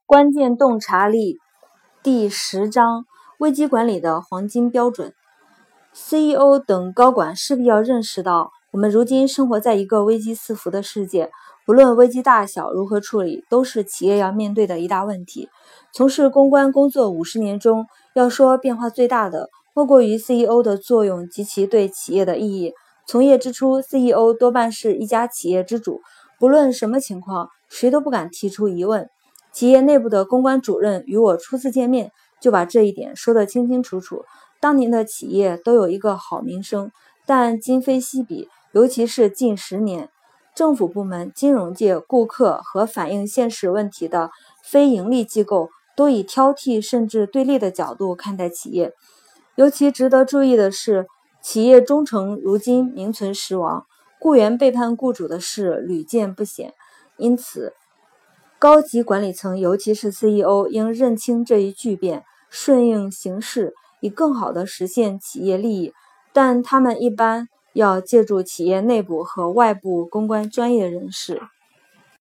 关键洞察力第10章危机管理的黄金标准。 CEO 等高管势必要认识到，我们如今生活在一个危机四伏的世界，不论危机大小如何处理，都是企业要面对的一大问题。从事公关工作50年中，要说变化最大的，莫过于 CEO 的作用及其对企业的意义。从业之初， CEO 多半是一家企业之主，不论什么情况，谁都不敢提出疑问。企业内部的公关主任与我初次见面，就把这一点说得清清楚楚。当年的企业都有一个好名声，但今非昔比，尤其是近10年，政府部门、金融界、顾客和反映现实问题的非盈利机构都以挑剔甚至对立的角度看待企业。尤其值得注意的是，企业忠诚如今名存实亡，雇员背叛雇主的事屡见不鲜。因此，高级管理层，尤其是 CEO 应认清这一巨变，顺应形势，以更好地实现企业利益。但他们一般要借助企业内部和外部公关专业人士。